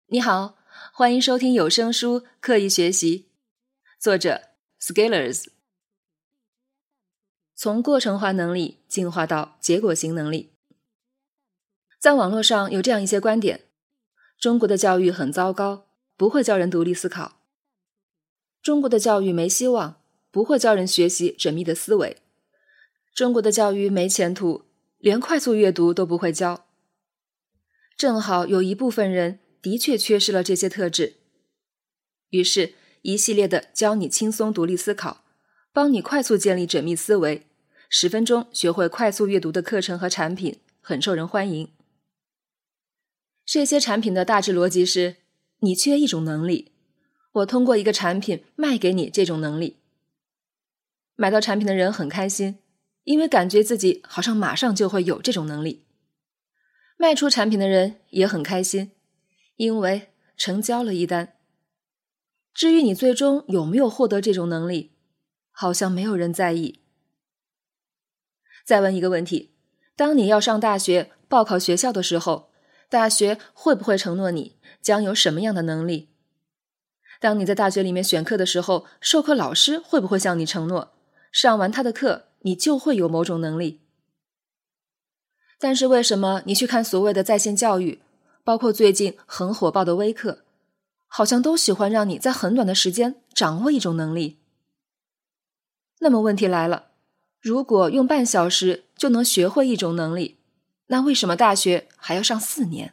你好，欢迎收听有声书《刻意学习》，作者 Scalers。 从过程化能力进化到结果型能力。在网络上有这样一些观点：中国的教育很糟糕，不会教人独立思考；中国的教育没希望，不会教人学习缜密的思维；中国的教育没前途，连快速阅读都不会教。正好有一部分人的确缺失了这些特质，于是一系列的教你轻松独立思考，帮你快速建立缜密思维，10分钟学会快速阅读的课程和产品很受人欢迎。这些产品的大致逻辑是：你缺一种能力，我通过一个产品卖给你这种能力。买到产品的人很开心，因为感觉自己好像马上就会有这种能力。卖出产品的人也很开心，因为成交了一单。至于你最终有没有获得这种能力，好像没有人在意。再问一个问题：当你要上大学报考学校的时候，大学会不会承诺你将有什么样的能力？当你在大学里面选课的时候，授课老师会不会向你承诺，上完他的课你就会有某种能力？但是为什么你去看所谓的在线教育，包括最近很火爆的微课，好像都喜欢让你在很短的时间掌握一种能力？那么问题来了，如果用半小时就能学会一种能力，那为什么大学还要上4年？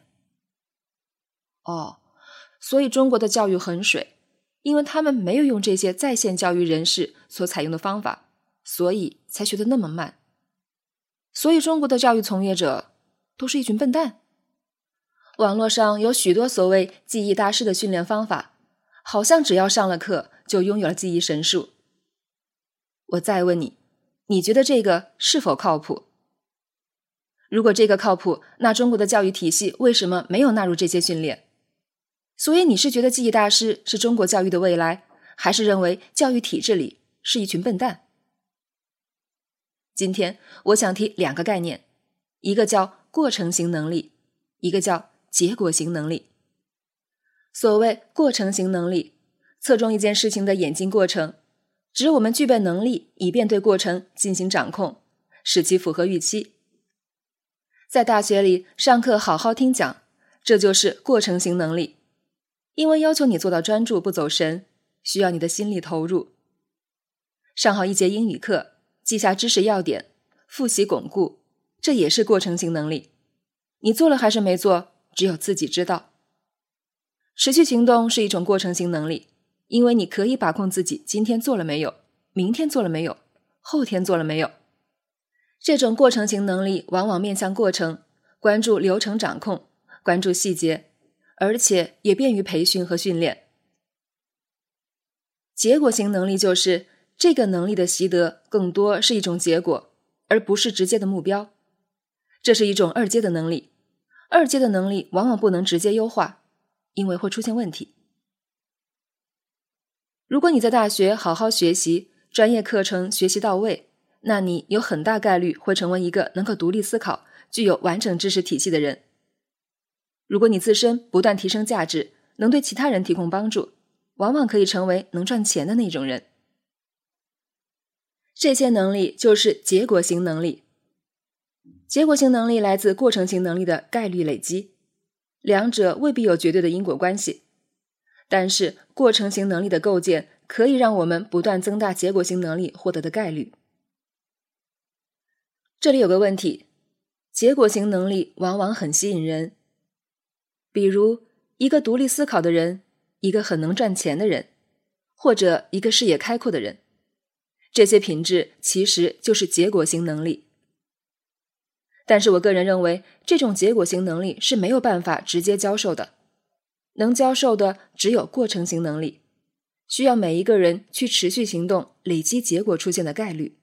所以中国的教育很水，因为他们没有用这些在线教育人士所采用的方法，所以才学得那么慢。所以中国的教育从业者都是一群笨蛋。网络上有许多所谓记忆大师的训练方法，好像只要上了课就拥有了记忆神术。我再问你，你觉得这个是否靠谱？如果这个靠谱，那中国的教育体系为什么没有纳入这些训练？所以你是觉得记忆大师是中国教育的未来，还是认为教育体制里是一群笨蛋？今天我想提2个概念，一个叫过程型能力，一个叫结果型能力。所谓过程型能力，侧重一件事情的演进过程，指我们具备能力以便对过程进行掌控，使其符合预期。在大学里上课好好听讲，这就是过程型能力，因为要求你做到专注不走神，需要你的心力投入。上好一节英语课，记下知识要点，复习巩固，这也是过程型能力。你做了还是没做，只有自己知道。持续行动是一种过程型能力，因为你可以把控自己今天做了没有，明天做了没有，后天做了没有。这种过程型能力往往面向过程，关注流程掌控，关注细节，而且也便于培训和训练。结果型能力就是这个能力的习得更多是一种结果，而不是直接的目标。这是一种2阶的能力，2阶的能力往往不能直接优化，因为会出现问题。如果你在大学好好学习，专业课程学习到位，那你有很大概率会成为一个能够独立思考、具有完整知识体系的人。如果你自身不断提升价值，能对其他人提供帮助，往往可以成为能赚钱的那种人。这些能力就是结果型能力。结果型能力来自过程型能力的概率累积，两者未必有绝对的因果关系，但是过程型能力的构建可以让我们不断增大结果型能力获得的概率。这里有个问题，结果型能力往往很吸引人，比如一个独立思考的人，一个很能赚钱的人，或者一个视野开阔的人，这些品质其实就是结果型能力。但是我个人认为，这种结果型能力是没有办法直接教授的，能教授的只有过程型能力，需要每一个人去持续行动，累积结果出现的概率。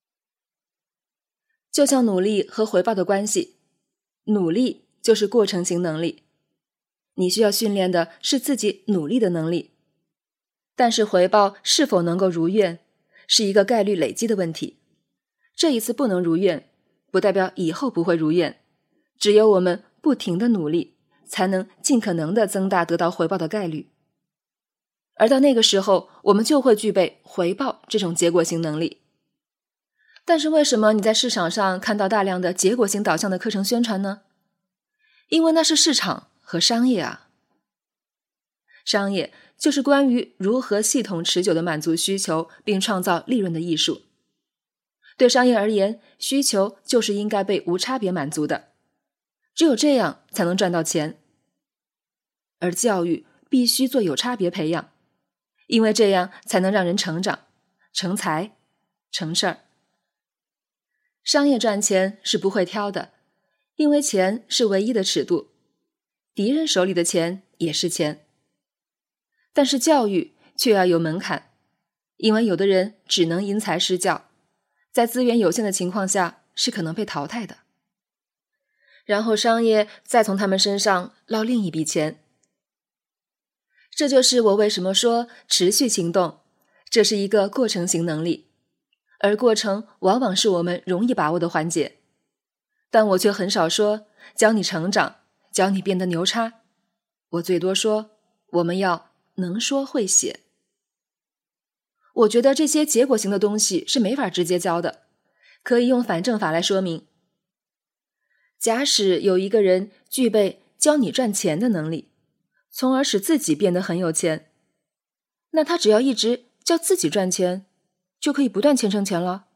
就像努力和回报的关系，努力就是过程型能力，你需要训练的是自己努力的能力，但是回报是否能够如愿，是一个概率累积的问题。这一次不能如愿，不代表以后不会如愿，只有我们不停的努力， 才能尽可能地增大得到回报的概率。而到那个时候，我们就会具备回报这种结果型能力。但是为什么你在市场上看到大量的结果型导向的课程宣传呢？因为那是市场和商业啊。商业就是关于如何系统持久地满足需求并创造利润的艺术。对商业而言，需求就是应该被无差别满足的，只有这样才能赚到钱。而教育必须做有差别培养，因为这样才能让人成长、成才、成事儿。商业赚钱是不会挑的，因为钱是唯一的尺度，敌人手里的钱也是钱。但是教育却要有门槛，因为有的人只能因材施教，在资源有限的情况下是可能被淘汰的。然后商业再从他们身上捞另一笔钱。这就是我为什么说持续行动，这是一个过程型能力，而过程往往是我们容易把握的环节。但我却很少说教你成长，教你变得牛叉，我最多说我们要能说会写。我觉得这些结果型的东西是没法直接教的，可以用反证法来说明。假使有一个人具备教你赚钱的能力，从而使自己变得很有钱，那他只要一直教自己赚钱，就可以不断钱生钱了。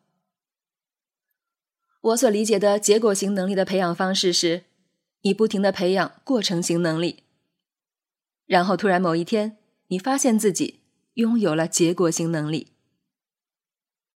我所理解的结果型能力的培养方式是，你不停地培养过程型能力，然后突然某一天，你发现自己拥有了结果型能力。